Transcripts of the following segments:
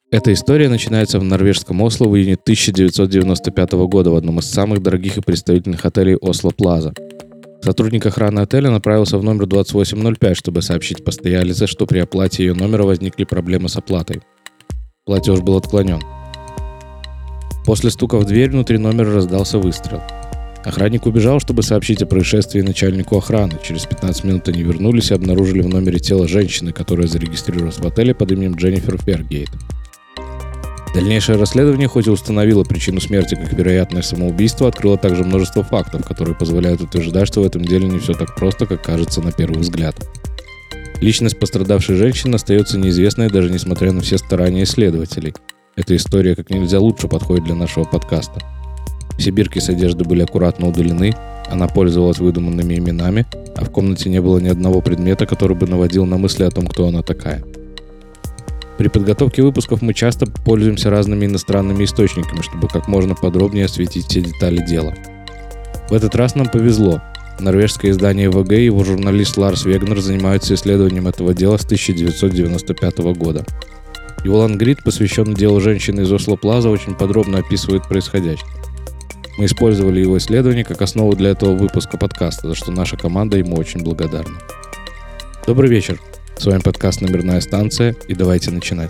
Эта история начинается в норвежском Осло в июне 1995 года в одном из самых дорогих и представительных отелей Осло Плаза. Сотрудник охраны отеля направился в номер 2805, чтобы сообщить постоялице, что при оплате ее номера возникли проблемы с оплатой. Платеж был отклонен. После стука в дверь внутри номера раздался выстрел. Охранник убежал, чтобы сообщить о происшествии начальнику охраны. Через 15 минут они вернулись и обнаружили в номере тело женщины, которая зарегистрировалась в отеле под именем Дженнифер Фергейт. Дальнейшее расследование, хоть и установило причину смерти как вероятное самоубийство, открыло также множество фактов, которые позволяют утверждать, что в этом деле не все так просто, как кажется на первый взгляд. Личность пострадавшей женщины остается неизвестной даже несмотря на все старания исследователей. Эта история как нельзя лучше подходит для нашего подкаста. Все бирки с одежды были аккуратно удалены, она пользовалась выдуманными именами, а в комнате не было ни одного предмета, который бы наводил на мысли о том, кто она такая. При подготовке выпусков мы часто пользуемся разными иностранными источниками, чтобы как можно подробнее осветить все детали дела. В этот раз нам повезло. Норвежское издание ВГ и его журналист Ларс Вегнер занимаются исследованием этого дела с 1995 года. Его лонгрид, посвященный делу женщины из Осло Плаза, очень подробно описывает происходящее. Мы использовали его исследование как основу для этого выпуска подкаста, за что наша команда ему очень благодарна. Добрый вечер. С вами подкаст «Номерная станция», и давайте начинать.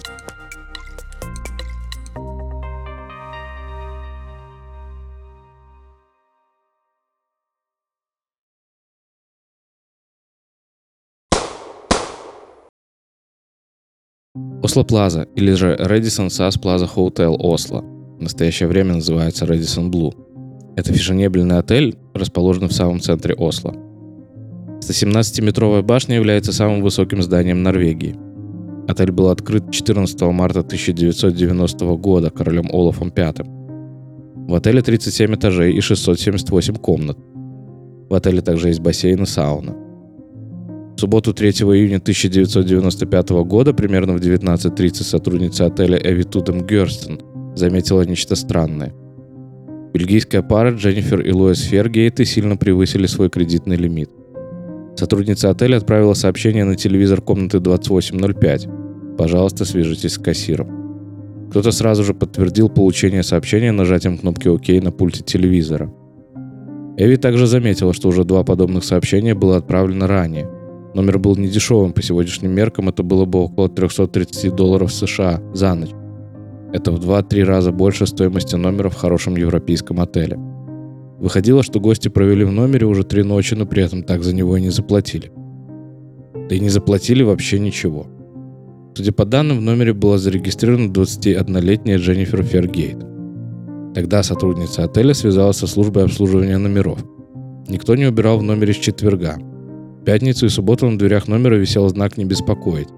Осло Плаза, или же Radisson SAS Plaza Hotel Осло, в настоящее время называется Radisson Blu. Это фешенебельный отель, расположенный в самом центре Осло. 117-метровая башня является самым высоким зданием Норвегии. Отель был открыт 14 марта 1990 года королем Олафом V. В отеле 37 этажей и 678 комнат. В отеле также есть бассейн и сауна. В субботу 3 июня 1995 года, примерно в 19:30, сотрудница отеля Эви Тудем Герстен заметила нечто странное. Бельгийская пара Дженнифер и Луис Фергейты сильно превысили свой кредитный лимит. Сотрудница отеля отправила сообщение на телевизор комнаты 2805. Пожалуйста, свяжитесь с кассиром. Кто-то сразу же подтвердил получение сообщения нажатием кнопки ОК на пульте телевизора. Эви также заметила, что уже 2 подобных сообщения было отправлено ранее. Номер был недешевым по сегодняшним меркам, это было бы около $330 США за ночь. Это в 2-3 раза больше стоимости номера в хорошем европейском отеле. Выходило, что гости провели в номере уже 3 ночи, но при этом так за него и не заплатили. Да и не заплатили вообще ничего. Судя по данным, в номере была зарегистрирована 21-летняя Дженнифер Фергейт. Тогда сотрудница отеля связалась со службой обслуживания номеров. Никто не убирал в номере с четверга. В пятницу и субботу на дверях номера висел знак «Не беспокоить».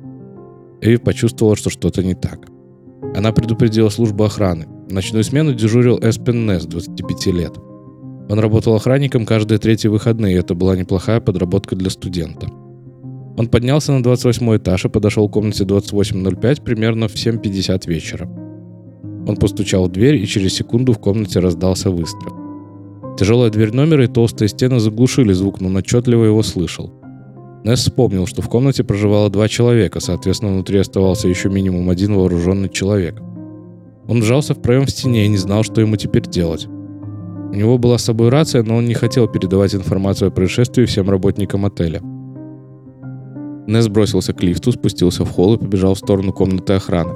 Эви почувствовала, что что-то не так. Она предупредила службу охраны. В ночную смену дежурил Эспен Несс, 25 лет. Он работал охранником каждые 3 выходные, и это была неплохая подработка для студента. Он поднялся на 28 этаж и подошел к комнате 2805 примерно в 7:50 вечера. Он постучал в дверь, и через секунду в комнате раздался выстрел. Тяжелая дверь номера и толстые стены заглушили звук, но он отчетливо его слышал. Несс вспомнил, что в комнате проживало 2 человека, соответственно, внутри оставался еще минимум 1 вооруженный человек. Он вжался в проем в стене и не знал, что ему теперь делать. У него была с собой рация, но он не хотел передавать информацию о происшествии всем работникам отеля. Несс бросился к лифту, спустился в холл и побежал в сторону комнаты охраны.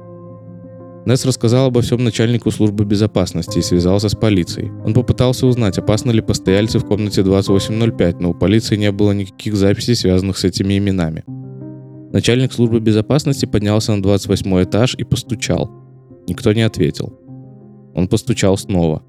Несс рассказал обо всем начальнику службы безопасности и связался с полицией. Он попытался узнать, опасны ли постояльцы в комнате 2805, но у полиции не было никаких записей, связанных с этими именами. Начальник службы безопасности поднялся на 28 этаж и постучал. Никто не ответил. Он постучал снова.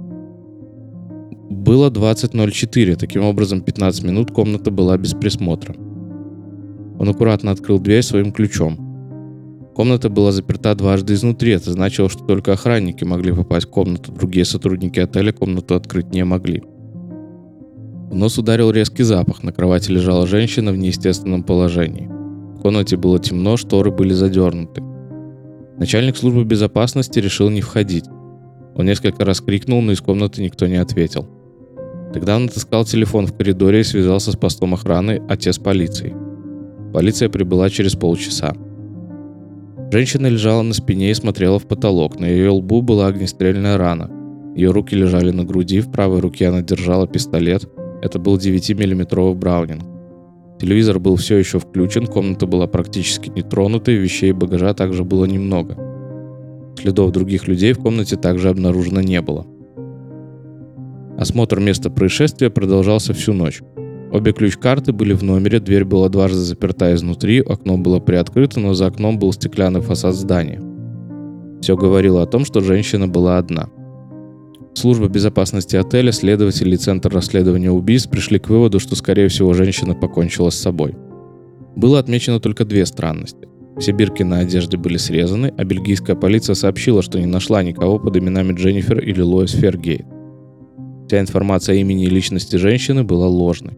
Было 20:04, таким образом 15 минут комната была без присмотра. Он аккуратно открыл дверь своим ключом. Комната была заперта дважды изнутри, это значило, что только охранники могли попасть в комнату, другие сотрудники отеля комнату открыть не могли. В нос ударил резкий запах, на кровати лежала женщина в неестественном положении. В комнате было темно, шторы были задернуты. Начальник службы безопасности решил не входить. Он несколько раз крикнул, но из комнаты никто не ответил. Тогда он отыскал телефон в коридоре и связался с постом охраны, а те с полицией. Полиция прибыла через полчаса. Женщина лежала на спине и смотрела в потолок. На ее лбу была огнестрельная рана. Ее руки лежали на груди, в правой руке она держала пистолет. Это был 9-миллиметровый Браунинг. Телевизор был все еще включен, комната была практически нетронутой, вещей и багажа также было немного. Следов других людей в комнате также обнаружено не было. Осмотр места происшествия продолжался всю ночь. Обе ключ-карты были в номере, дверь была дважды заперта изнутри, окно было приоткрыто, но за окном был стеклянный фасад здания. Все говорило о том, что женщина была одна. Служба безопасности отеля, следователи и Центр расследования убийств пришли к выводу, что, скорее всего, женщина покончила с собой. Было отмечено только две странности. Все бирки на одежде были срезаны, а бельгийская полиция сообщила, что не нашла никого под именами Дженнифер или Лоис Фергейт. Вся информация о имени и личности женщины была ложной.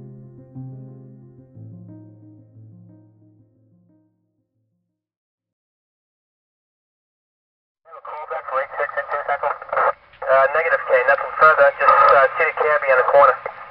Negative K, nothing further, just see the cabbie in the corner.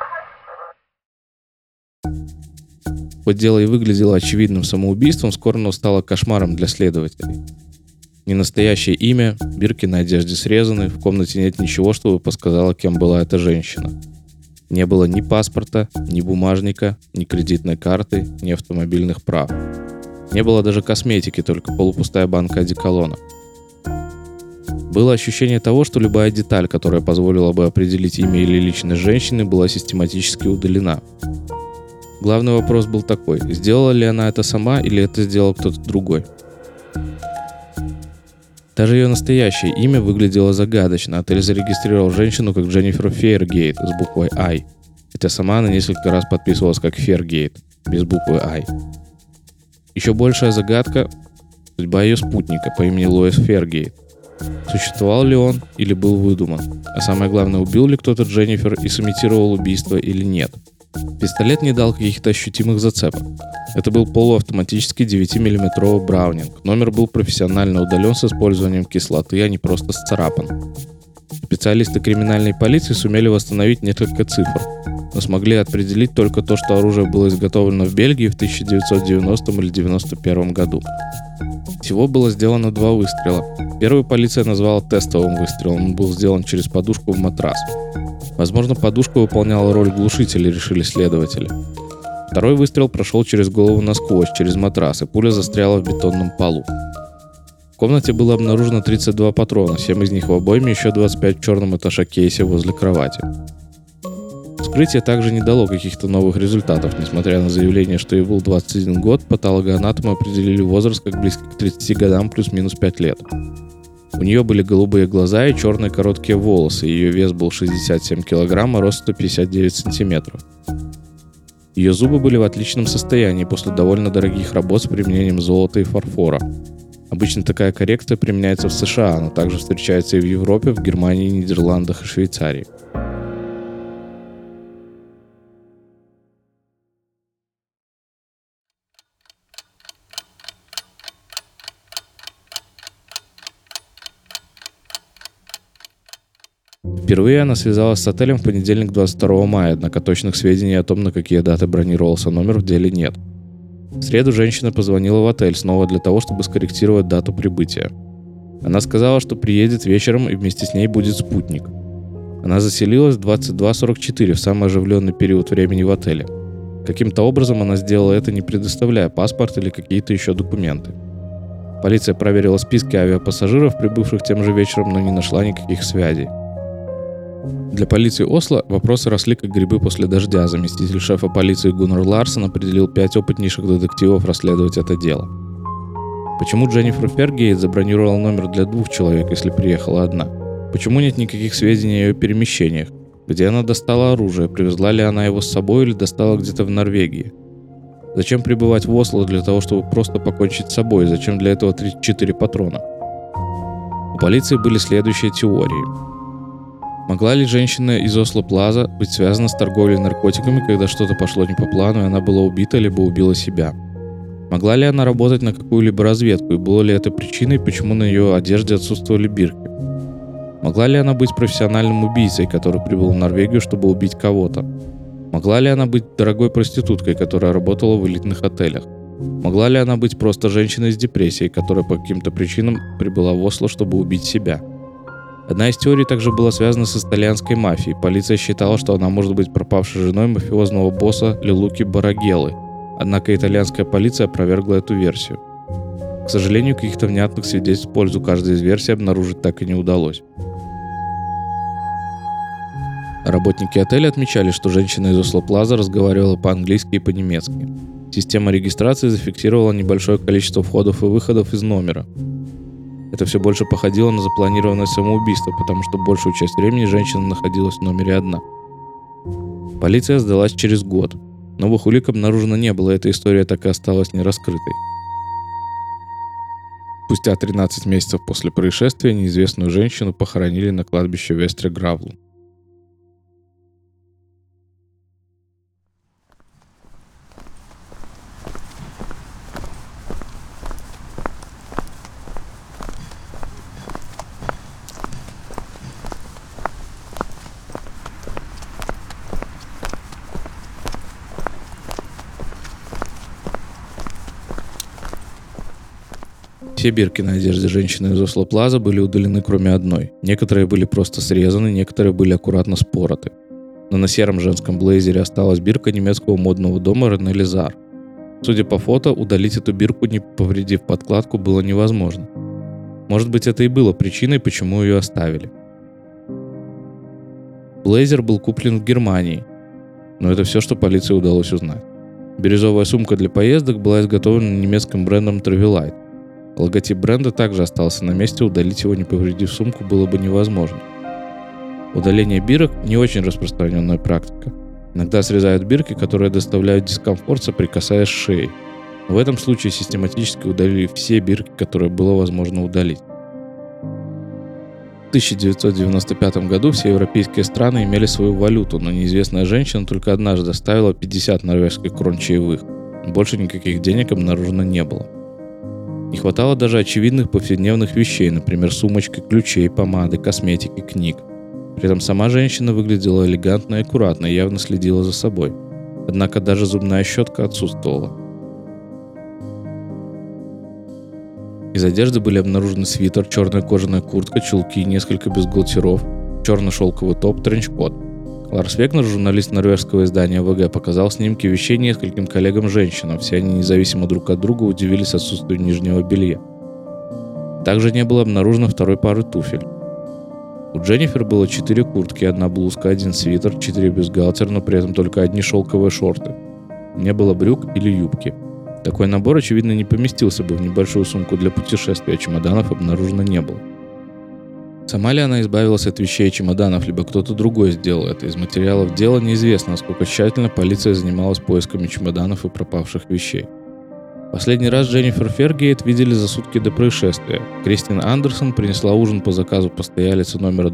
Хоть дело и выглядело очевидным самоубийством, скоро оно стало кошмаром для следователей. Ненастоящее имя, бирки на одежде срезаны, в комнате нет ничего, чтобы подсказало, кем была эта женщина. Не было ни паспорта, ни бумажника, ни кредитной карты, ни автомобильных прав. Не было даже косметики, только полупустая банка одеколона. Было ощущение того, что любая деталь, которая позволила бы определить имя или личность женщины, была систематически удалена. Главный вопрос был такой: сделала ли она это сама или это сделал кто-то другой? Даже ее настоящее имя выглядело загадочно. Отель зарегистрировал женщину как Дженнифер Фергейт с буквой I, хотя сама она несколько раз подписывалась как Фергейт без буквы I. Еще большая загадка — судьба ее спутника по имени Лоис Фергейт. Существовал ли он или был выдуман? А самое главное, убил ли кто-то Дженнифер и сымитировал убийство или нет? Пистолет не дал каких-то ощутимых зацепок. Это был полуавтоматический 9-миллиметровый Браунинг. Номер был профессионально удален с использованием кислоты, а не просто сцарапан. Специалисты криминальной полиции сумели восстановить несколько цифр, но смогли определить только то, что оружие было изготовлено в Бельгии в 1990 или 1991 году. Всего было сделано 2 выстрела. Первый полиция назвала тестовым выстрелом, он был сделан через подушку в матрас. Возможно, подушка выполняла роль глушителя, решили следователи. Второй выстрел прошел через голову насквозь, через матрас, и пуля застряла в бетонном полу. В комнате было обнаружено 32 патрона, 7 из них в обойме, еще 25 в черном этаж-кейсе возле кровати. Вскрытие также не дало каких-то новых результатов. Несмотря на заявление, что ей был 21 год, патологоанатомы определили возраст как близкий к 30 годам плюс-минус 5 лет. У нее были голубые глаза и черные короткие волосы, ее вес был 67 кг, а рост 159 см. Ее зубы были в отличном состоянии после довольно дорогих работ с применением золота и фарфора. Обычно такая коррекция применяется в США, но также встречается и в Европе, в Германии, Нидерландах и Швейцарии. Впервые она связалась с отелем в понедельник 22 мая, однако точных сведений о том, на какие даты бронировался номер, в деле нет. В среду женщина позвонила в отель снова для того, чтобы скорректировать дату прибытия. Она сказала, что приедет вечером и вместе с ней будет спутник. Она заселилась в 22:44 в самый оживленный период времени в отеле. Каким-то образом она сделала это, не предоставляя паспорт или какие-то еще документы. Полиция проверила списки авиапассажиров, прибывших тем же вечером, но не нашла никаких связей. Для полиции Осло вопросы росли как грибы после дождя. Заместитель шефа полиции Гуннар Ларсон определил 5 опытнейших детективов расследовать это дело. Почему Дженнифер Фергейт забронировала номер для 2 человек, если приехала одна? Почему нет никаких сведений о ее перемещениях? Где она достала оружие? Привезла ли она его с собой или достала где-то в Норвегии? Зачем прибывать в Осло для того, чтобы просто покончить с собой? Зачем для этого 34 патрона? У полиции были следующие теории. Могла ли женщина из Осло Плаза быть связана с торговлей наркотиками, когда что-то пошло не по плану, и она была убита либо убила себя? Могла ли она работать на какую-либо разведку, и было ли это причиной, почему на ее одежде отсутствовали бирки? Могла ли она быть профессиональным убийцей, который прибыл в Норвегию, чтобы убить кого-то? Могла ли она быть дорогой проституткой, которая работала в элитных отелях? Могла ли она быть просто женщиной с депрессией, которая по каким-то причинам прибыла в Осло, чтобы убить себя? Одна из теорий также была связана с итальянской мафией. Полиция считала, что она может быть пропавшей женой мафиозного босса Лелуки Барагеллы. Однако итальянская полиция опровергла эту версию. К сожалению, каких-то внятных свидетельств в пользу каждой из версий обнаружить так и не удалось. Работники отеля отмечали, что женщина из Осло Плаза разговаривала по-английски и по-немецки. Система регистрации зафиксировала небольшое количество входов и выходов из номера. Это все больше походило на запланированное самоубийство, потому что большую часть времени женщина находилась в номере одна. Полиция сдалась через год. Новых улик обнаружено не было, эта история так и осталась нераскрытой. Спустя 13 месяцев после происшествия неизвестную женщину похоронили на кладбище Вестре Гравлу. Все бирки на одежде женщины из Осло Плаза были удалены, кроме одной. Некоторые были просто срезаны, некоторые были аккуратно спороты. Но на сером женском блейзере осталась бирка немецкого модного дома Рене Лизар. Судя по фото, удалить эту бирку, не повредив подкладку, было невозможно. Может быть, это и было причиной, почему ее оставили. Блейзер был куплен в Германии, но это все, что полиции удалось узнать. Бирюзовая сумка для поездок была изготовлена немецким брендом Travelite. Логотип бренда также остался на месте, удалить его, не повредив сумку, было бы невозможно. Удаление бирок – не очень распространенная практика. Иногда срезают бирки, которые доставляют дискомфорт, соприкасаясь с шеей. В этом случае систематически удалили все бирки, которые было возможно удалить. В 1995 году все европейские страны имели свою валюту, но неизвестная женщина только однажды оставила 50 норвежских крон чаевых. Больше никаких денег обнаружено не было. Не хватало даже очевидных повседневных вещей, например, сумочки, ключей, помады, косметики, книг. При этом сама женщина выглядела элегантно и аккуратно и явно следила за собой. Однако даже зубная щетка отсутствовала. Из одежды были обнаружены свитер, черная кожаная куртка, чулки, несколько бюстгальтеров, черный шелковый топ, тренчкот. Ларс Вегнер, журналист норвежского издания ВГ, показал снимки вещей нескольким коллегам-женщинам. Все они независимо друг от друга удивились отсутствию нижнего белья. Также не было обнаружено второй пары туфель. У Дженнифер было 4 куртки, 1 блузка, 1 свитер, 4 бюстгальтера, но при этом только одни шелковые шорты. Не было брюк или юбки. Такой набор, очевидно, не поместился бы в небольшую сумку для путешествия, чемоданов обнаружено не было. Сама ли она избавилась от вещей и чемоданов, либо кто-то другой сделал это? Из материалов дела неизвестно, насколько тщательно полиция занималась поисками чемоданов и пропавших вещей. Последний раз Дженнифер Фергейт видели за сутки до происшествия. Кристин Андерсон принесла ужин по заказу постоялицы номера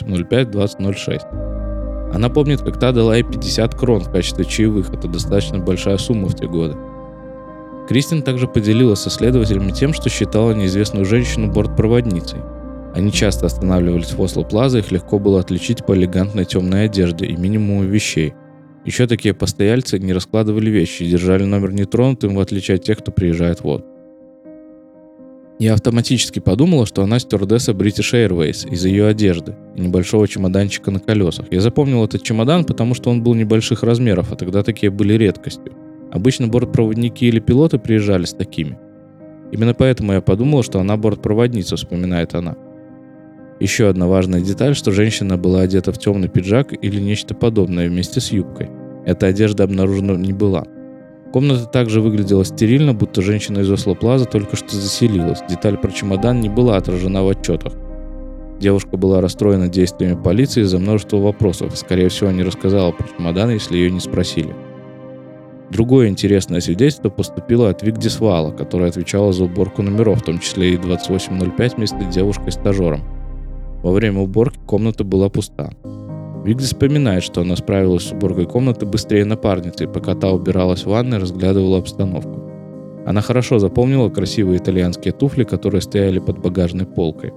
2805-2006. Она помнит, как та дала ей 50 крон в качестве чаевых. Это достаточно большая сумма в те годы. Кристин также поделилась со следователями тем, что считала неизвестную женщину бортпроводницей. Они часто останавливались в Осло Плаза, их легко было отличить по элегантной темной одежде и минимуму вещей. Еще такие постояльцы не раскладывали вещи и держали номер нетронутым, в отличие от тех, кто приезжает в отпуск. Я автоматически подумала, что она стюардесса British Airways из-за ее одежды и небольшого чемоданчика на колесах. Я запомнил этот чемодан, потому что он был небольших размеров, а тогда такие были редкостью. Обычно бортпроводники или пилоты приезжали с такими. Именно поэтому я подумала, что она бортпроводница, вспоминает она. Еще одна важная деталь, что женщина была одета в темный пиджак или нечто подобное вместе с юбкой. Эта одежда обнаружена не была. Комната также выглядела стерильно, будто женщина из Осло Плаза только что заселилась. Деталь про чемодан не была отражена в отчетах. Девушка была расстроена действиями полиции из-за множества вопросов и, скорее всего, не рассказала про чемодан, если ее не спросили. Другое интересное свидетельство поступило от Вигдис Вала, которая отвечала за уборку номеров, в том числе и 2805 вместе с девушкой-стажером. Во время уборки комната была пуста. Вигдис вспоминает, что она справилась с уборкой комнаты быстрее напарницы, и пока та убиралась в ванной, разглядывала обстановку. Она хорошо запомнила красивые итальянские туфли, которые стояли под багажной полкой.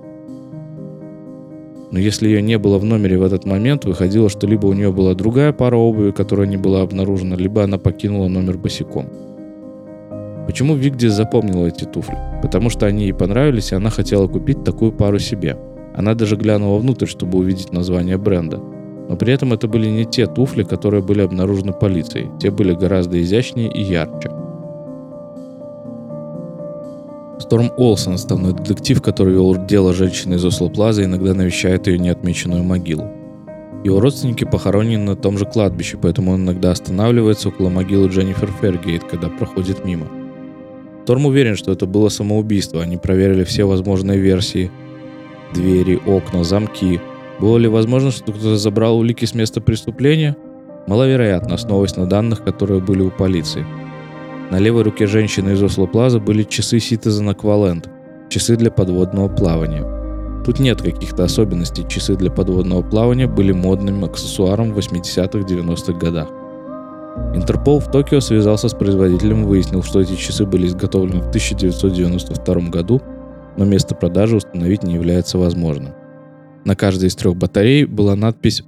Но если ее не было в номере в этот момент, выходило, что либо у нее была другая пара обуви, которая не была обнаружена, либо она покинула номер босиком. Почему Вигди запомнила эти туфли? Потому что они ей понравились, и она хотела купить такую пару себе. Она даже глянула внутрь, чтобы увидеть название бренда. Но при этом это были не те туфли, которые были обнаружены полицией. Те были гораздо изящнее и ярче. Сторм Олсон, основной детектив, который вел дело женщины из Осло Плаза, иногда навещает ее неотмеченную могилу. Его родственники похоронены на том же кладбище, поэтому он иногда останавливается около могилы Дженнифер Фергейт, когда проходит мимо. Сторм уверен, что это было самоубийство. Они проверили все возможные версии. Двери, окна, замки. Было ли возможно, что кто-то забрал улики с места преступления? Маловероятно, основываясь на данных, которые были у полиции. На левой руке женщины из Осло Плаза были часы Citizen Aqualand, часы для подводного плавания. Тут нет каких-то особенностей, часы для подводного плавания были модным аксессуаром в 80-х-90-х годах. Интерпол в Токио связался с производителем и выяснил, что эти часы были изготовлены в 1992 году, но место продажи установить не является возможным. На каждой из 3 батарей была надпись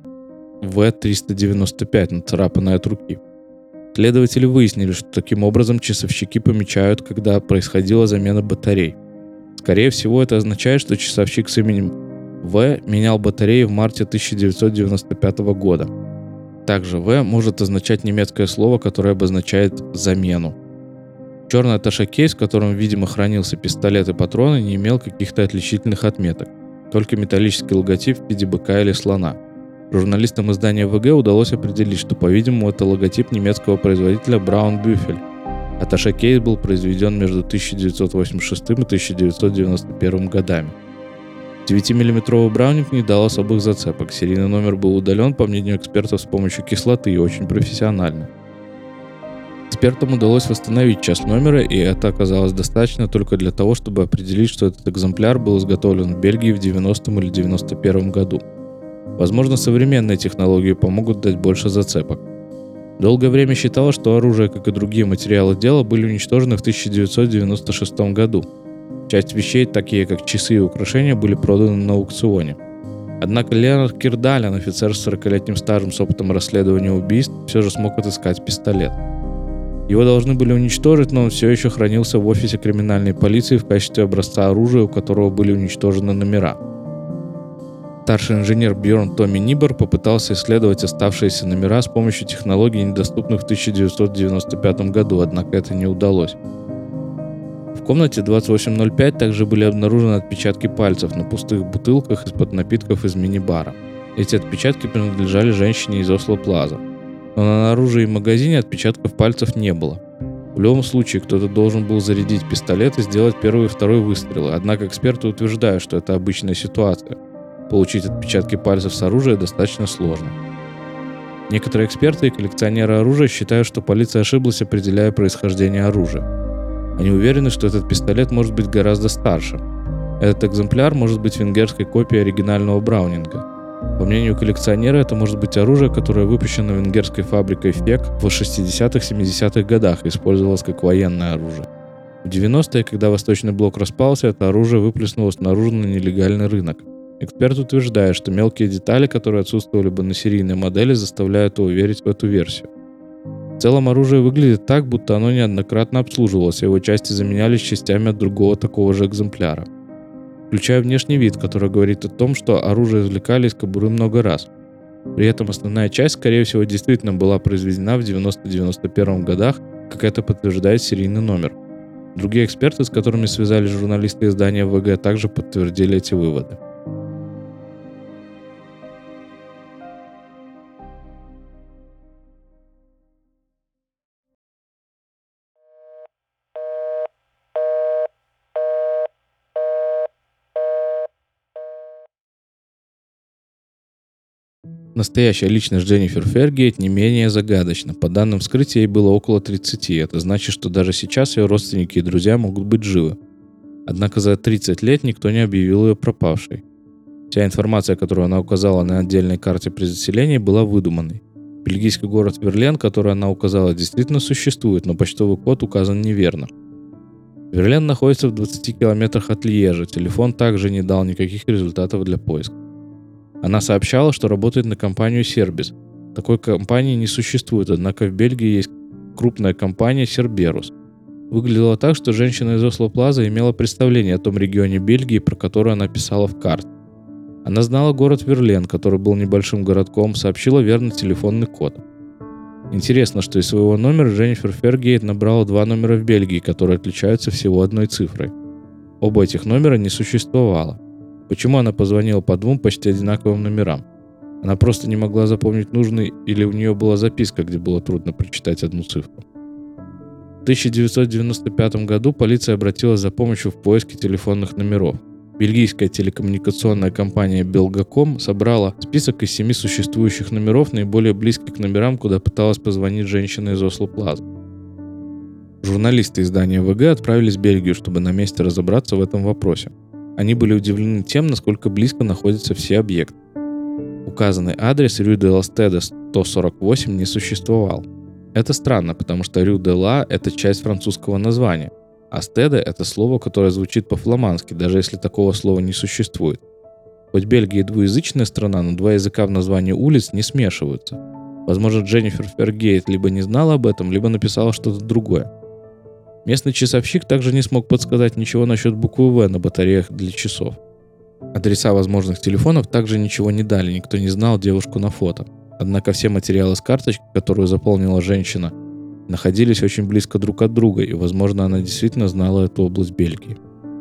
В-395, нацарапанная от руки. Следователи выяснили, что таким образом часовщики помечают, когда происходила замена батарей. Скорее всего, это означает, что часовщик с именем В менял батареи в марте 1995 года. Также В может означать немецкое слово, которое обозначает «замену». Черный атташе-кейс, в котором, видимо, хранился пистолет и патроны, не имел каких-то отличительных отметок, только металлический логотип в виде быка или слона. Журналистам издания ВГ удалось определить, что, по-видимому, это логотип немецкого производителя Braun Büffel. Атташе-кейс был произведен между 1986 и 1991 годами. 9-миллиметровый браунинг не дал особых зацепок. Серийный номер был удален, по мнению экспертов, с помощью кислоты и очень профессионально. Экспертам удалось восстановить часть номера, и это оказалось достаточно только для того, чтобы определить, что этот экземпляр был изготовлен в Бельгии в 90-м или 91 году. Возможно, современные технологии помогут дать больше зацепок. Долгое время считалось, что оружие, как и другие материалы дела, были уничтожены в 1996 году. Часть вещей, такие как часы и украшения, были проданы на аукционе. Однако Леонард Кирдален, офицер с 40-летним стажем с опытом расследования убийств, все же смог отыскать пистолет. Его должны были уничтожить, но он все еще хранился в офисе криминальной полиции в качестве образца оружия, у которого были уничтожены номера. Старший инженер Бьорн Томми Нибер попытался исследовать оставшиеся номера с помощью технологий, недоступных в 1995 году, однако это не удалось. В комнате 2805 также были обнаружены отпечатки пальцев на пустых бутылках из-под напитков из мини-бара. Эти отпечатки принадлежали женщине из Осло Плаза. Но на оружии и магазине отпечатков пальцев не было. В любом случае, кто-то должен был зарядить пистолет и сделать первый и второй выстрелы, однако эксперты утверждают, что это обычная ситуация. Получить отпечатки пальцев с оружия достаточно сложно. Некоторые эксперты и коллекционеры оружия считают, что полиция ошиблась, определяя происхождение оружия. Они уверены, что этот пистолет может быть гораздо старше. Этот экземпляр может быть венгерской копией оригинального Браунинга. По мнению коллекционера, это может быть оружие, которое выпущено венгерской фабрикой ФЕК в 60-70-х годах и использовалось как военное оружие. В 90-е, когда Восточный блок распался, это оружие выплеснулось наружу на нелегальный рынок. Эксперт утверждает, что мелкие детали, которые отсутствовали бы на серийной модели, заставляют его верить в эту версию. В целом оружие выглядит так, будто оно неоднократно обслуживалось, а его части заменялись частями от другого такого же экземпляра. Включая внешний вид, который говорит о том, что оружие извлекали из кобуры много раз. При этом основная часть, скорее всего, действительно была произведена в 90-91 годах, как это подтверждает серийный номер. Другие эксперты, с которыми связались журналисты издания ВГ, также подтвердили эти выводы. Настоящая личность Дженнифер Фергейт не менее загадочна. По данным вскрытия, ей было около 30. Это значит, что даже сейчас ее родственники и друзья могут быть живы. Однако за 30 лет никто не объявил ее пропавшей. Вся информация, которую она указала на отдельной карте при заселении, была выдуманной. Бельгийский город Верлен, который она указала, действительно существует, но почтовый код указан неверно. Верлен находится в 20 километрах от Льежа. Телефон также не дал никаких результатов для поиска. Она сообщала, что работает на компанию Сербис. Такой компании не существует, однако в Бельгии есть крупная компания Cerberus. Выглядело так, что женщина из Осло Плаза имела представление о том регионе Бельгии, про который она писала в карте. Она знала город Верлен, который был небольшим городком, сообщила верный телефонный код. Интересно, что из своего номера Дженнифер Фергейт набрала 2 номера в Бельгии, которые отличаются всего одной цифрой. Оба этих номера не существовало. Почему она позвонила по 2 почти одинаковым номерам? Она просто не могла запомнить нужный, или у нее была записка, где было трудно прочитать одну цифру. В 1995 году полиция обратилась за помощью в поиске телефонных номеров. Бельгийская телекоммуникационная компания Belgacom собрала список из 7 существующих номеров, наиболее близких к номерам, куда пыталась позвонить женщина из Осло Плаза. Журналисты издания ВГ отправились в Бельгию, чтобы на месте разобраться в этом вопросе. Они были удивлены тем, насколько близко находятся все объекты. Указанный адрес Рю де Ластеда 148 не существовал. Это странно, потому что Рю де Ла – это часть французского названия, а Стеда – это слово, которое звучит по-фламандски, даже если такого слова не существует. Хоть Бельгия двуязычная страна, но 2 языка в названии улиц не смешиваются. Возможно, Дженнифер Фергейт либо не знала об этом, либо написала что-то другое. Местный часовщик также не смог подсказать ничего насчет буквы «В» на батареях для часов. Адреса возможных телефонов также ничего не дали, никто не знал девушку на фото. Однако все материалы с карточки, которую заполнила женщина, находились очень близко друг от друга, и, возможно, она действительно знала эту область Бельгии.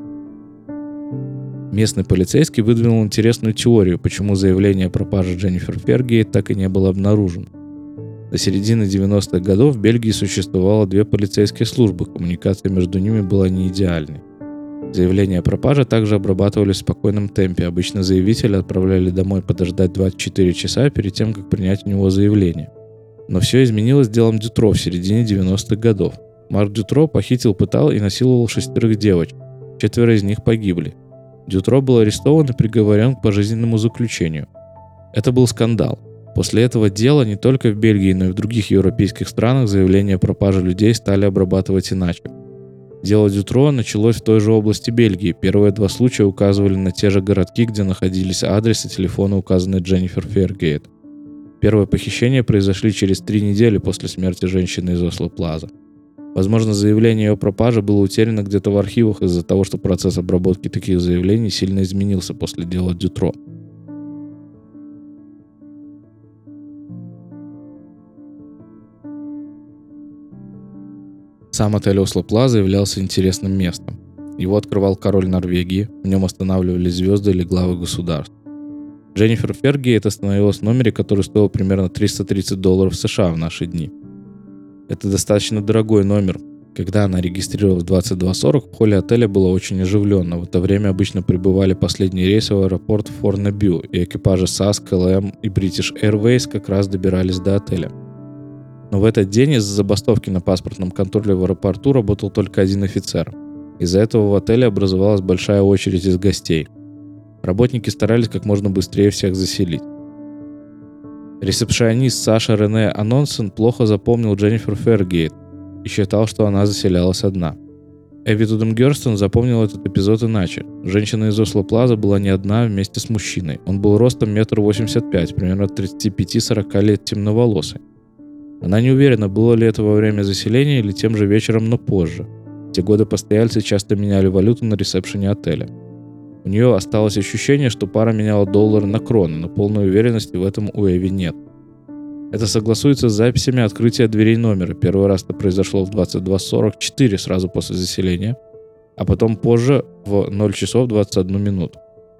Местный полицейский выдвинул интересную теорию, почему заявление о пропаже Дженнифер Фергейт так и не было обнаружено. До середины 90-х годов в Бельгии существовало 2 полицейские службы, коммуникация между ними была не идеальной. Заявления о пропаже также обрабатывались в спокойном темпе. Обычно заявителя отправляли домой подождать 24 часа перед тем, как принять у него заявление. Но все изменилось делом Дютро в середине 90-х годов. Марк Дютро похитил, пытал и насиловал 6 девочек. 4 из них погибли. Дютро был арестован и приговорен к пожизненному заключению. Это был скандал. После этого дела не только в Бельгии, но и в других европейских странах заявления о пропаже людей стали обрабатывать иначе. Дело Дютро началось в той же области Бельгии. Первые 2 случая указывали на те же городки, где находились адрес и телефоны, указанные Дженнифер Фергейт. Первые похищения произошли через 3 недели после смерти женщины из Осло Плаза. Возможно, заявление о пропаже было утеряно где-то в архивах из-за того, что процесс обработки таких заявлений сильно изменился после дела Дютро. Сам отель Осло Плаза являлся интересным местом. Его открывал король Норвегии, в нем останавливались звезды или главы государств. Дженнифер Фергейт остановилась в номере, который стоил примерно $330 США в наши дни. Это достаточно дорогой номер. Когда она регистрировалась в 22:40, в холле отеля было очень оживленно. В это время обычно прибывали последние рейсы в аэропорт Форнебю, и экипажи SAS, KLM и British Airways как раз добирались до отеля. Но в этот день из-за забастовки на паспортном контроле в аэропорту работал только один офицер. Из-за этого в отеле образовалась большая очередь из гостей. Работники старались как можно быстрее всех заселить. Ресепшионист Саша Рене Анонсен плохо запомнил Дженнифер Фергейт и считал, что она заселялась одна. Эви Тудемгерстен запомнил этот эпизод иначе. Женщина из Осло Плаза была не одна вместе с мужчиной. Он был ростом 1,85 м, примерно 35-40 лет, темноволосый. Она не уверена, было ли это во время заселения или тем же вечером, но позже. В те годы постояльцы часто меняли валюту на ресепшене отеля. У нее осталось ощущение, что пара меняла доллары на кроны, но полной уверенности в этом у Эви нет. Это согласуется с записями открытия дверей номера. Первый раз это произошло в 22:44, сразу после заселения, а потом позже в 0 часов 21 минуту.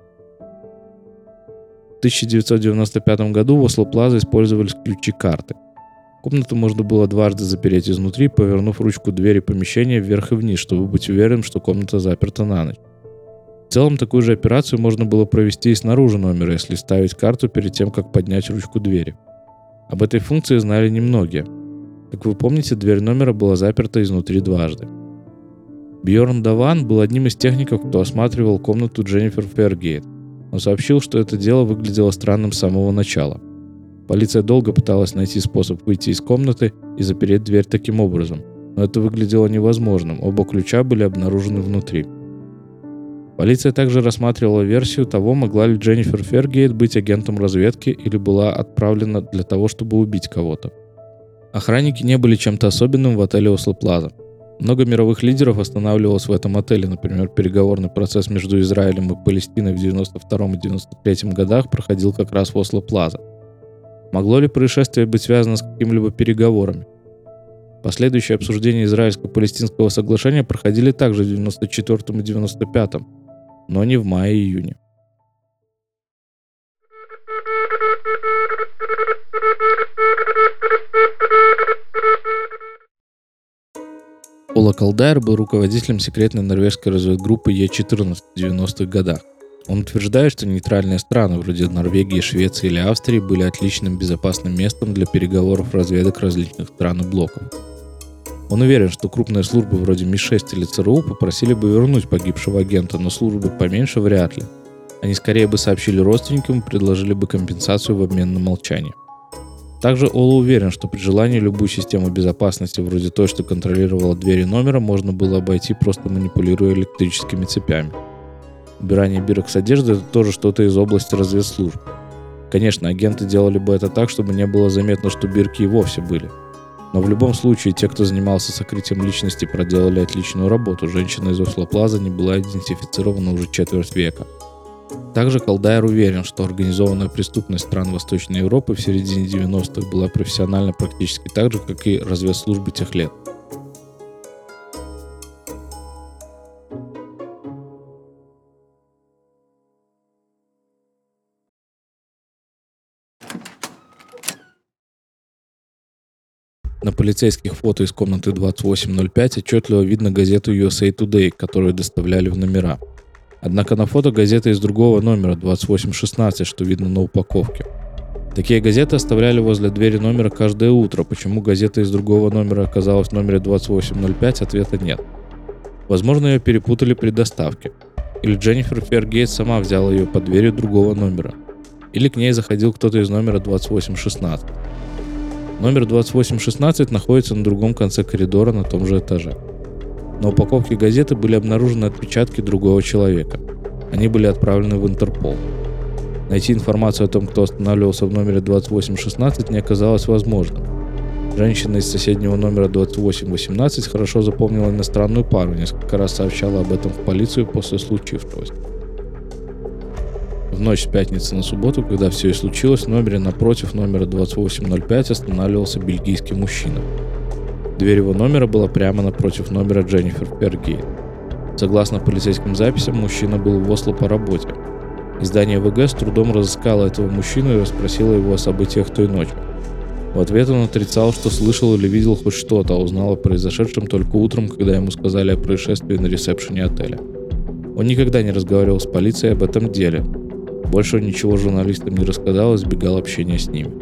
В 1995 году в Осло Плаза использовались ключи-карты. Комнату можно было дважды запереть изнутри, повернув ручку двери помещения вверх и вниз, чтобы быть уверенным, что комната заперта на ночь. В целом, такую же операцию можно было провести и снаружи номера, если ставить карту перед тем, как поднять ручку двери. Об этой функции знали немногие. Как вы помните, дверь номера была заперта изнутри дважды. Бьорн Даван был одним из техников, кто осматривал комнату Дженнифер Фергейт. Он сообщил, что это дело выглядело странным с самого начала. Полиция долго пыталась найти способ выйти из комнаты и запереть дверь таким образом, но это выглядело невозможным, оба ключа были обнаружены внутри. Полиция также рассматривала версию того, могла ли Дженнифер Фергейт быть агентом разведки или была отправлена для того, чтобы убить кого-то. Охранники не были чем-то особенным в отеле Осло Плаза. Много мировых лидеров останавливалось в этом отеле. Например, переговорный процесс между Израилем и Палестиной в 1992 и 1993 годах проходил как раз в Осло Плаза. Могло ли происшествие быть связано с какими-либо переговорами? Последующие обсуждения израильско-палестинского соглашения проходили также в 1994 и 1995, но не в мае и июне. Ола Калдайр был руководителем секретной норвежской разведгруппы Е-14 в 90-х годах. Он утверждает, что нейтральные страны вроде Норвегии, Швеции или Австрии были отличным безопасным местом для переговоров разведок различных стран и блоков. Он уверен, что крупные службы вроде Ми-6 или ЦРУ попросили бы вернуть погибшего агента, но службы поменьше вряд ли. Они скорее бы сообщили родственникам и предложили бы компенсацию в обмен на молчание. Также Ола уверен, что при желании любую систему безопасности, вроде той, что контролировала двери номера, можно было обойти, просто манипулируя электрическими цепями. Убирание бирок с одежды – это тоже что-то из области разведслужб. Конечно, агенты делали бы это так, чтобы не было заметно, что бирки и вовсе были. Но в любом случае, те, кто занимался сокрытием личности, проделали отличную работу. Женщина из Осло Плаза не была идентифицирована уже четверть века. Также Калдайр уверен, что организованная преступность стран Восточной Европы в середине 90-х была профессиональна практически так же, как и разведслужбы тех лет. На полицейских фото из комнаты 2805 отчетливо видно газету USA Today, которую доставляли в номера. Однако на фото газета из другого номера 2816, что видно на упаковке. Такие газеты оставляли возле двери номера каждое утро. Почему газета из другого номера оказалась в номере 2805, ответа нет. Возможно, ее перепутали при доставке. Или Дженнифер Фергейт сама взяла ее под дверью другого номера. Или к ней заходил кто-то из номера 2816. Номер 2816 находится на другом конце коридора на том же этаже. На упаковке газеты были обнаружены отпечатки другого человека. Они были отправлены в Интерпол. Найти информацию о том, кто останавливался в номере 2816, не оказалось возможным. Женщина из соседнего номера 2818 хорошо запомнила иностранную пару, несколько раз сообщала об этом в полицию после случившегося. В ночь с пятницы на субботу, когда все и случилось, в номере напротив номера 2805 останавливался бельгийский мужчина. Дверь его номера была прямо напротив номера Дженнифер Фергейт. Согласно полицейским записям, мужчина был в Осло по работе. Издание ВГ с трудом разыскало этого мужчину и расспросило его о событиях той ночи. В ответ он отрицал, что слышал или видел хоть что-то, а узнал о произошедшем только утром, когда ему сказали о происшествии на ресепшене отеля. Он никогда не разговаривал с полицией об этом деле. Больше он ничего журналистам не рассказал и избегал общения с ними.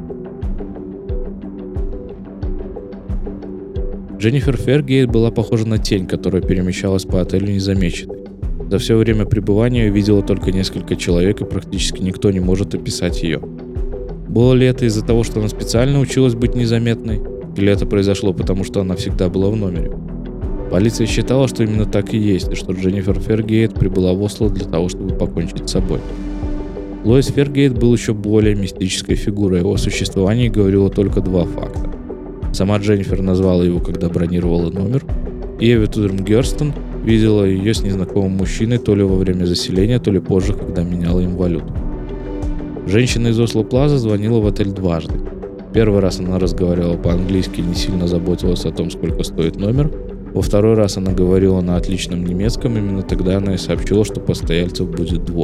Дженнифер Фергейт была похожа на тень, которая перемещалась по отелю незамеченной. За все время пребывания ее видело только несколько человек, и практически никто не может описать ее. Было ли это из-за того, что она специально училась быть незаметной, или это произошло потому, что она всегда была в номере? Полиция считала, что именно так и есть, и что Дженнифер Фергейт прибыла в Осло для того, чтобы покончить с собой. Лоис Фергейт был еще более мистической фигурой, о его существовании говорило только два факта. Сама Дженнифер назвала его, когда бронировала номер, и Эви Тудермгерстен видела ее с незнакомым мужчиной то ли во время заселения, то ли позже, когда меняла им валюту. Женщина из Осло Плаза звонила в отель дважды. Первый раз она разговаривала по-английски и не сильно заботилась о том, сколько стоит номер. Во второй раз она говорила на отличном немецком, именно тогда она и сообщила, что постояльцев будет 2.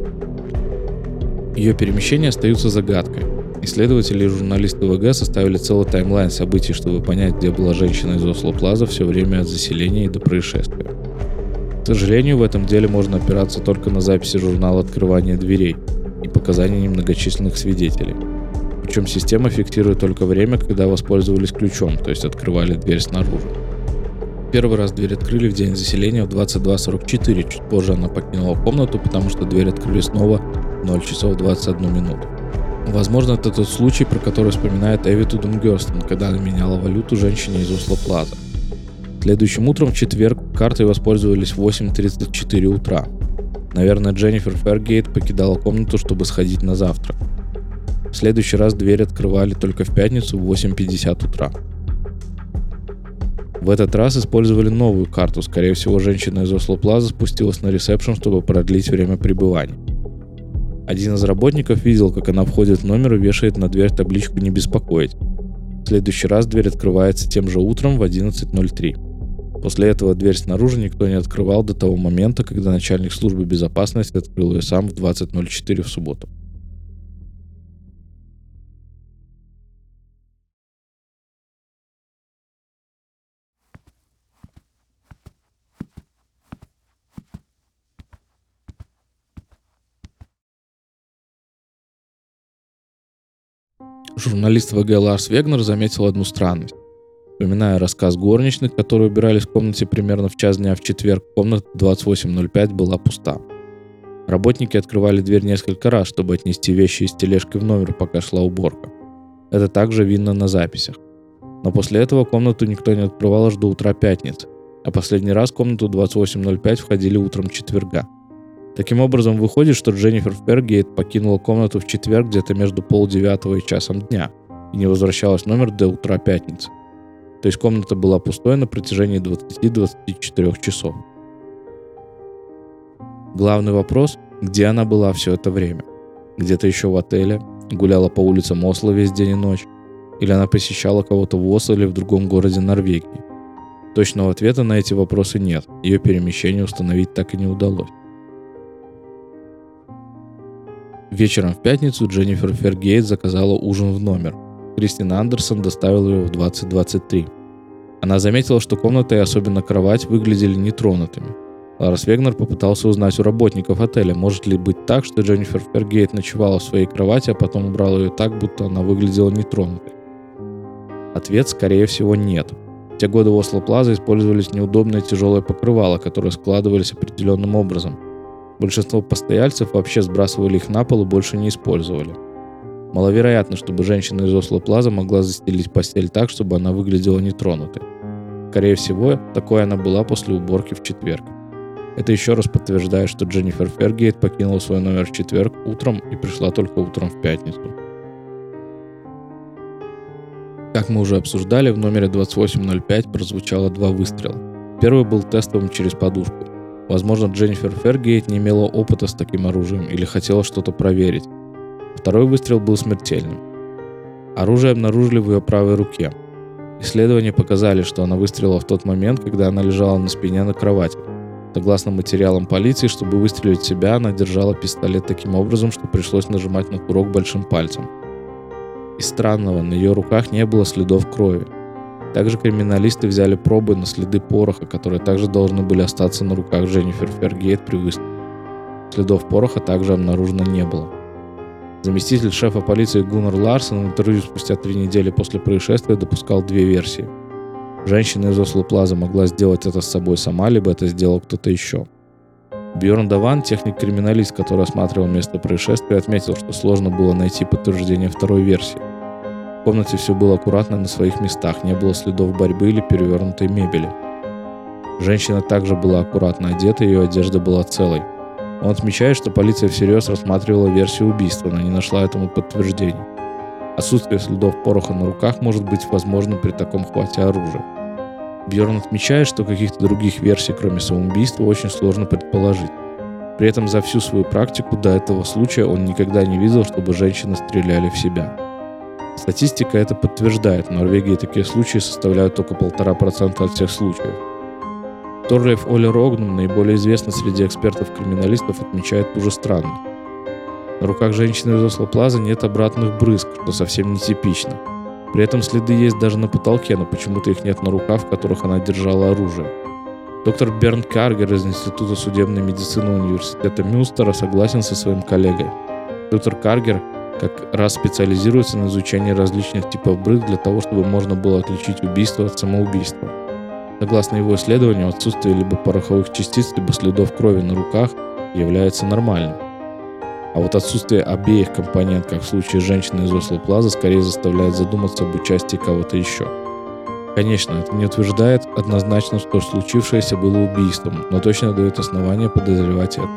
Ее перемещения остаются загадкой. Исследователи и журналисты ВГ составили целый таймлайн событий, чтобы понять, где была женщина из Осло Плаза все время от заселения и до происшествия. К сожалению, в этом деле можно опираться только на записи журнала открывания дверей и показания немногочисленных свидетелей. Причем система фиксирует только время, когда воспользовались ключом, то есть открывали дверь снаружи. Первый раз дверь открыли в день заселения в 22:44, чуть позже она покинула комнату, потому что дверь открыли снова в 0 часов 21 минуту. Возможно, это тот случай, про который вспоминает Эви Тудермгерстен, когда она меняла валюту женщине из Осло Плаза. Следующим утром в четверг картой воспользовались в 8:34 утра. Наверное, Дженнифер Фергейт покидала комнату, чтобы сходить на завтрак. В следующий раз дверь открывали только в пятницу в 8:50 утра. В этот раз использовали новую карту. Скорее всего, женщина из Осло Плаза спустилась на ресепшн, чтобы продлить время пребывания. Один из работников видел, как она входит в номер и вешает на дверь табличку «Не беспокоить». В следующий раз дверь открывается тем же утром в 11:03. После этого дверь снаружи никто не открывал до того момента, когда начальник службы безопасности открыл ее сам в 20:04 в субботу. Журналист ВГ Ларс Вегнер заметил одну странность. Вспоминая рассказ горничных, которые убирались в комнате примерно в час дня в четверг, комната 28:05 была пуста. Работники открывали дверь несколько раз, чтобы отнести вещи из тележки в номер, пока шла уборка. Это также видно на записях. Но после этого комнату никто не открывал аж до утра пятницы, а последний раз в комнату 28:05 входили утром четверга. Таким образом, выходит, что Дженнифер Фергейт покинула комнату в четверг где-то между 8:30 и часом дня и не возвращалась в номер до утра пятницы. То есть комната была пустой на протяжении 20-24 часов. Главный вопрос – где она была все это время? Где-то еще в отеле? Гуляла по улицам Осло весь день и ночь? Или она посещала кого-то в Осло или в другом городе Норвегии? Точного ответа на эти вопросы нет. Ее перемещение установить так и не удалось. Вечером в пятницу Дженнифер Фергейт заказала ужин в номер. Кристин Андерсон доставила его в 20:23. Она заметила, что комната и особенно кровать выглядели нетронутыми. Ларс Вегнер попытался узнать у работников отеля, может ли быть так, что Дженнифер Фергейт ночевала в своей кровати, а потом убрала ее так, будто она выглядела нетронутой. Ответ, скорее всего, нет. В те годы в Осло Плаза использовались неудобные тяжелые покрывала, которые складывались определенным образом. Большинство постояльцев вообще сбрасывали их на пол и больше не использовали. Маловероятно, чтобы женщина из Осло Плаза могла застелить постель так, чтобы она выглядела нетронутой. Скорее всего, такой она была после уборки в четверг. Это еще раз подтверждает, что Дженнифер Фергейт покинула свой номер в четверг утром и пришла только утром в пятницу. Как мы уже обсуждали, в номере 28:05 прозвучало 2 выстрела. Первый был тестовым через подушку. Возможно, Дженнифер Фергейт не имела опыта с таким оружием или хотела что-то проверить. Второй выстрел был смертельным. Оружие обнаружили в ее правой руке. Исследования показали, что она выстрелила в тот момент, когда она лежала на спине на кровати. Согласно материалам полиции, чтобы выстрелить в себя, она держала пистолет таким образом, что пришлось нажимать на курок большим пальцем. Из странного, на ее руках не было следов крови. Также криминалисты взяли пробы на следы пороха, которые также должны были остаться на руках Дженнифер Фергейт при выстреле. Следов пороха также обнаружено не было. Заместитель шефа полиции Гуннар Ларсон в интервью спустя 3 недели после происшествия допускал 2 версии. Женщина из Осло Плаза могла сделать это с собой сама, либо это сделал кто-то еще. Бьорн Даван, техник-криминалист, который осматривал место происшествия, отметил, что сложно было найти подтверждение второй версии. В комнате все было аккуратно на своих местах, не было следов борьбы или перевернутой мебели. Женщина также была аккуратно одета, ее одежда была целой. Он отмечает, что полиция всерьез рассматривала версию убийства, но не нашла этому подтверждений. Отсутствие следов пороха на руках может быть возможно при таком хвате оружия. Бьорн отмечает, что каких-то других версий, кроме самоубийства, очень сложно предположить. При этом за всю свою практику до этого случая он никогда не видел, чтобы женщины стреляли в себя. Статистика это подтверждает, в Норвегии такие случаи составляют только 1,5% от всех случаев. Торлеф Оле Рогнум, наиболее известный среди экспертов-криминалистов, отмечает ту же странность. На руках женщины из Осло Плаза нет обратных брызг, что совсем нетипично. При этом следы есть даже на потолке, но почему-то их нет на руках, в которых она держала оружие. Доктор Бернт Каргер из Института судебной медицины университета Мюнстера согласен со своим коллегой. Доктор Каргер как раз специализируется на изучении различных типов брызг для того, чтобы можно было отличить убийство от самоубийства. Согласно его исследованию, отсутствие либо пороховых частиц, либо следов крови на руках является нормальным. А вот отсутствие обеих компонент, как в случае женщины из Осло Плаза, скорее заставляет задуматься об участии кого-то еще. Конечно, это не утверждает однозначно, что случившееся было убийством, но точно дает основания подозревать это.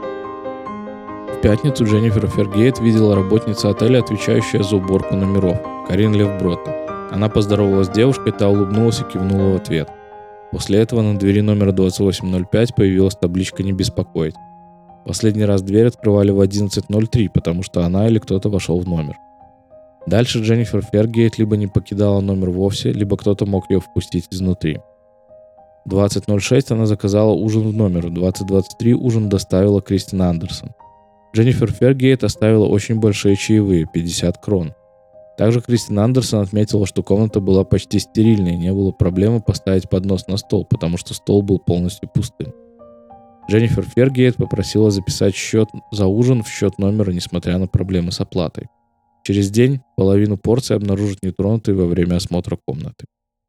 В пятницу Дженнифер Фергейт видела работница отеля, отвечающая за уборку номеров, Карин Левбротен. Она поздоровалась с девушкой, та улыбнулась и кивнула в ответ. После этого на двери номера 2805 появилась табличка «Не беспокоить». Последний раз дверь открывали в 11:03, потому что она или кто-то вошел в номер. Дальше Дженнифер Фергейт либо не покидала номер вовсе, либо кто-то мог ее впустить изнутри. В 20:06 она заказала ужин в номер, в 20:23 ужин доставила Кристин Андерсон. Дженнифер Фергейт оставила очень большие чаевые – 50 крон. Также Кристин Андерсон отметила, что комната была почти стерильной, не было проблемы поставить поднос на стол, потому что стол был полностью пустым. Дженнифер Фергейт попросила записать счет за ужин в счет номера, несмотря на проблемы с оплатой. Через день половину порции обнаружат нетронутой во время осмотра комнаты.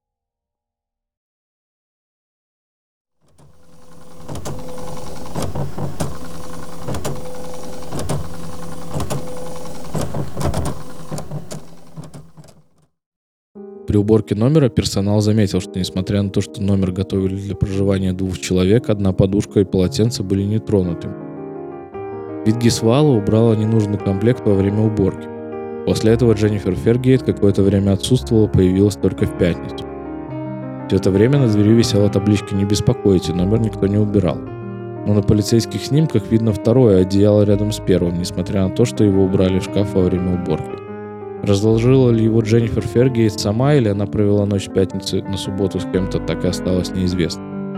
При уборке номера персонал заметил, что несмотря на то, что номер готовили для проживания 2 человек, одна подушка и полотенце были нетронуты. Витгисвала убрала ненужный комплект во время уборки. После этого Дженнифер Фергейт какое-то время отсутствовала, появилась только в пятницу. Все это время на двери висела табличка «Не беспокойте», номер никто не убирал. Но на полицейских снимках видно второе одеяло рядом с первым, несмотря на то, что его убрали в шкаф во время уборки. Разложила ли его Дженнифер Фергейт сама, или она провела ночь с пятницы на субботу с кем-то, так и осталось неизвестно.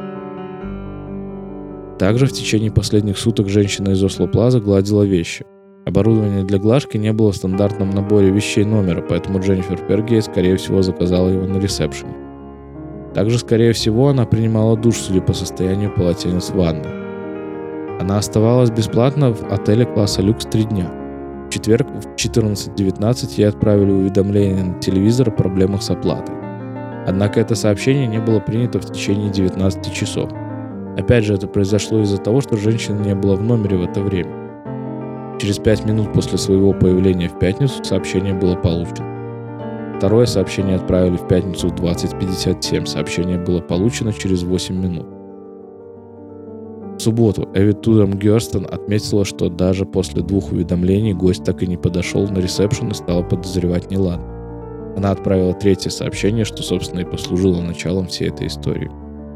Также в течение последних суток женщина из Осло Плаза гладила вещи. Оборудование для глажки не было в стандартном наборе вещей номера, поэтому Дженнифер Фергейт, скорее всего, заказала его на ресепшене. Также, скорее всего, она принимала душ, судя по состоянию полотенец в ванной. Она оставалась бесплатно в отеле класса люкс 3 дня. В четверг в 14:19 ей отправили уведомление на телевизор о проблемах с оплатой. Однако это сообщение не было принято в течение 19 часов. Опять же, это произошло из-за того, что женщина не была в номере в это время. Через 5 минут после своего появления в пятницу сообщение было получено. Второе сообщение отправили в пятницу в 20:57. Сообщение было получено через 8 минут. В субботу Эви Тудом Герстон отметила, что даже после 2 уведомлений гость так и не подошел на ресепшн и стала подозревать неладное. Она отправила 3-е сообщение, что, собственно, и послужило началом всей этой истории.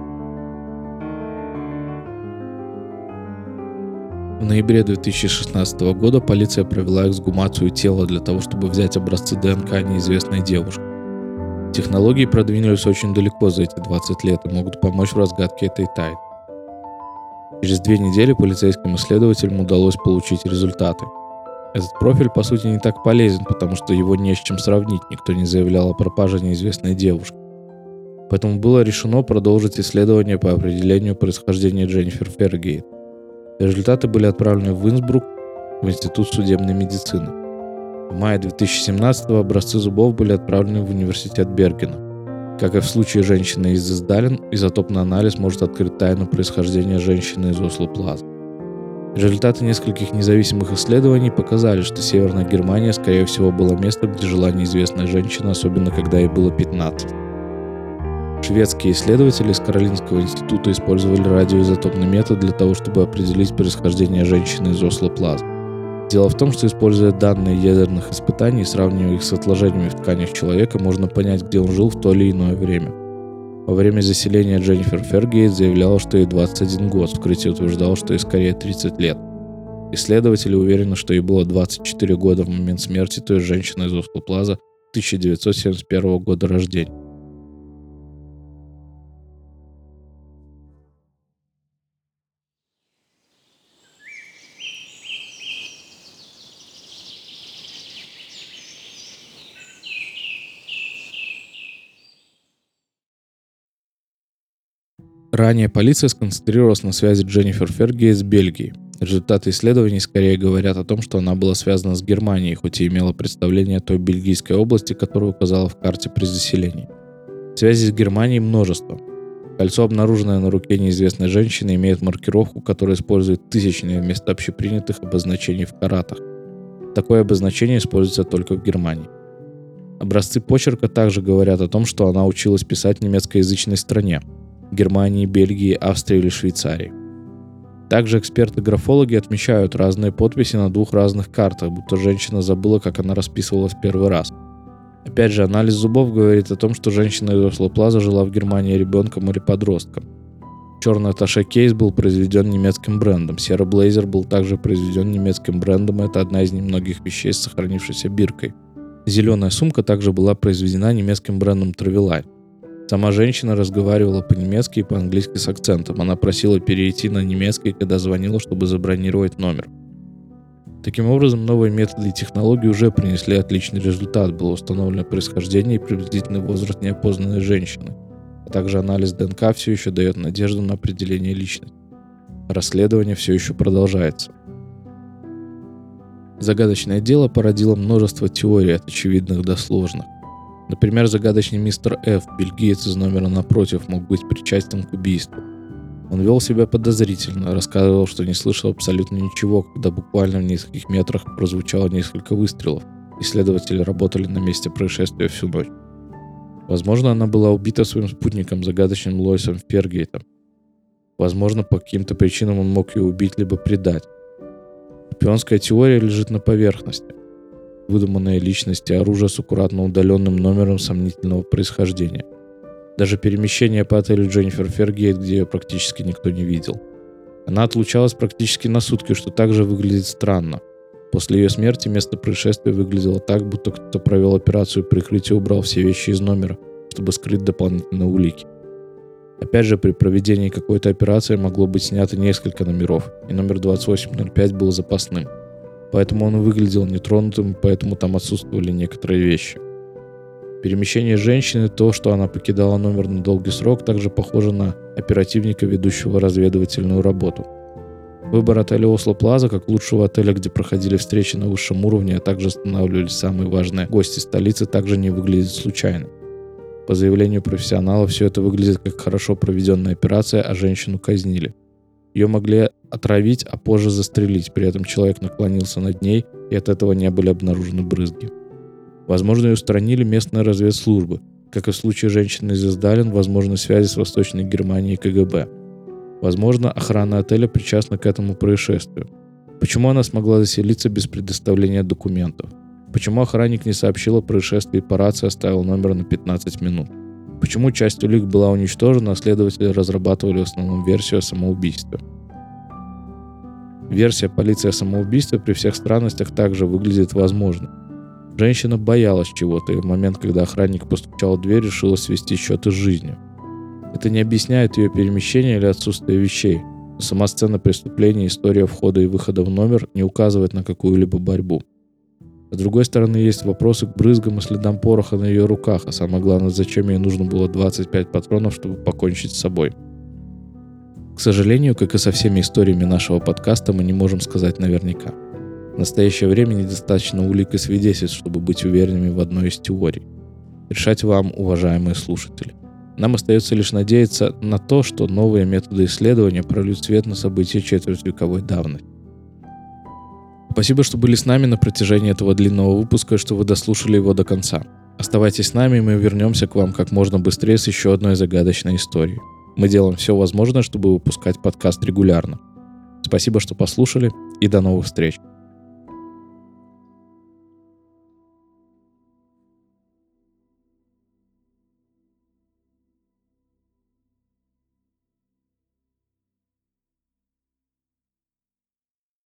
В ноябре 2016 года полиция провела эксгумацию тела для того, чтобы взять образцы ДНК неизвестной девушки. Технологии продвинулись очень далеко за эти 20 лет и могут помочь в разгадке этой тайны. Через 2 недели полицейским исследователям удалось получить результаты. Этот профиль, по сути, не так полезен, потому что его не с чем сравнить, никто не заявлял о пропаже неизвестной девушки. Поэтому было решено продолжить исследование по определению происхождения Дженнифер Фергейт. Результаты были отправлены в Инсбрук, в Институт судебной медицины. В мае 2017 образцы зубов были отправлены в университет Бергена. Как и в случае женщины из Издален, изотопный анализ может открыть тайну происхождения женщины из Осло Плаза. Результаты нескольких независимых исследований показали, что Северная Германия, скорее всего, была местом, где жила неизвестная женщина, особенно когда ей было 15. Шведские исследователи из Каролинского института использовали радиоизотопный метод для того, чтобы определить происхождение женщины из Осло Плаза. Дело в том, что, используя данные ядерных испытаний и сравнивая их с отложениями в тканях человека, можно понять, где он жил в то или иное время. Во время заселения Дженнифер Фергейт заявляла, что ей 21 год, вскрытие утверждало, что ей скорее 30 лет. Исследователи уверены, что ей было 24 года в момент смерти, то есть женщина из Осло Плаза 1971 года рождения. Ранее полиция сконцентрировалась на связи Дженнифер Фергейт с Бельгией. Результаты исследований скорее говорят о том, что она была связана с Германией, хоть и имела представление о той бельгийской области, которую указала в карте при заселении. Связей с Германией множество. Кольцо, обнаруженное на руке неизвестной женщины, имеет маркировку, которая использует тысячные вместо общепринятых обозначений в каратах. Такое обозначение используется только в Германии. Образцы почерка также говорят о том, что она училась писать в немецкоязычной стране – Германии, Бельгии, Австрии или Швейцарии. Также эксперты-графологи отмечают разные подписи на 2 разных картах, будто женщина забыла, как она расписывалась первый раз. Опять же, анализ зубов говорит о том, что женщина из Осло Плаза жила в Германии ребенком или подростком. Черный атташе кейс был произведен немецким брендом. Серый блейзер был также произведен немецким брендом. Это одна из немногих вещей с сохранившейся биркой. Зеленая сумка также была произведена немецким брендом Travelite. Сама женщина разговаривала по-немецки и по-английски с акцентом. Она просила перейти на немецкий, когда звонила, чтобы забронировать номер. Таким образом, новые методы и технологии уже принесли отличный результат. Было установлено происхождение и приблизительный возраст неопознанной женщины. А также анализ ДНК все еще дает надежду на определение личности. Расследование все еще продолжается. Загадочное дело породило множество теорий, от очевидных до сложных. Например, загадочный мистер Ф, бельгиец из номера напротив, мог быть причастен к убийству. Он вел себя подозрительно, рассказывал, что не слышал абсолютно ничего, когда буквально в нескольких метрах прозвучало несколько выстрелов, и следователи работали на месте происшествия всю ночь. Возможно, она была убита своим спутником, загадочным Лоисом Фергейтом. Возможно, по каким-то причинам он мог ее убить либо предать. Шпионская теория лежит на поверхности. Выдуманные личности, оружие с аккуратно удаленным номером сомнительного происхождения. Даже перемещение по отелю Дженнифер Фергейт, где ее практически никто не видел. Она отлучалась практически на сутки, что также выглядит странно. После ее смерти место происшествия выглядело так, будто кто-то провел операцию прикрытия и убрал все вещи из номера, чтобы скрыть дополнительные улики. Опять же, при проведении какой-то операции могло быть снято несколько номеров, и номер 2805 был запасным. Поэтому он и выглядел нетронутым, поэтому там отсутствовали некоторые вещи. Перемещение женщины, то, что она покидала номер на долгий срок, также похоже на оперативника, ведущего разведывательную работу. Выбор отеля Осло Плаза как лучшего отеля, где проходили встречи на высшем уровне, а также останавливались самые важные гости столицы, также не выглядит случайным. По заявлению профессионалов, все это выглядит как хорошо проведенная операция, а женщину казнили. Ее могли отравить, а позже застрелить, при этом человек наклонился над ней, и от этого не были обнаружены брызги. Возможно, ее устранили местные разведслужбы. Как и в случае женщины из Издален, возможны связи с Восточной Германией и КГБ. Возможно, охрана отеля причастна к этому происшествию. Почему она смогла заселиться без предоставления документов? Почему охранник не сообщил о происшествии по рации, оставил номер на 15 минут? Почему часть улик была уничтожена, а следователи разрабатывали в основном версию о самоубийстве? Версия полиции о самоубийстве при всех странностях также выглядит возможной. Женщина боялась чего-то, и в момент, когда охранник постучал в дверь, решила свести счеты с жизнью. Это не объясняет ее перемещение или отсутствие вещей, но сама сцена преступления, история входа и выхода в номер не указывает на какую-либо борьбу. С другой стороны, есть вопросы к брызгам и следам пороха на ее руках, а самое главное, зачем ей нужно было 25 патронов, чтобы покончить с собой. К сожалению, как и со всеми историями нашего подкаста, мы не можем сказать наверняка. В настоящее время недостаточно улик и свидетельств, чтобы быть уверенными в одной из теорий. Решать вам, уважаемые слушатели. Нам остается лишь надеяться на то, что новые методы исследования прольют свет на события четвертьвековой давности. Спасибо, что были с нами на протяжении этого длинного выпуска и что вы дослушали его до конца. Оставайтесь с нами, и мы вернемся к вам как можно быстрее с еще одной загадочной историей. Мы делаем все возможное, чтобы выпускать подкаст регулярно. Спасибо, что послушали, и до новых встреч.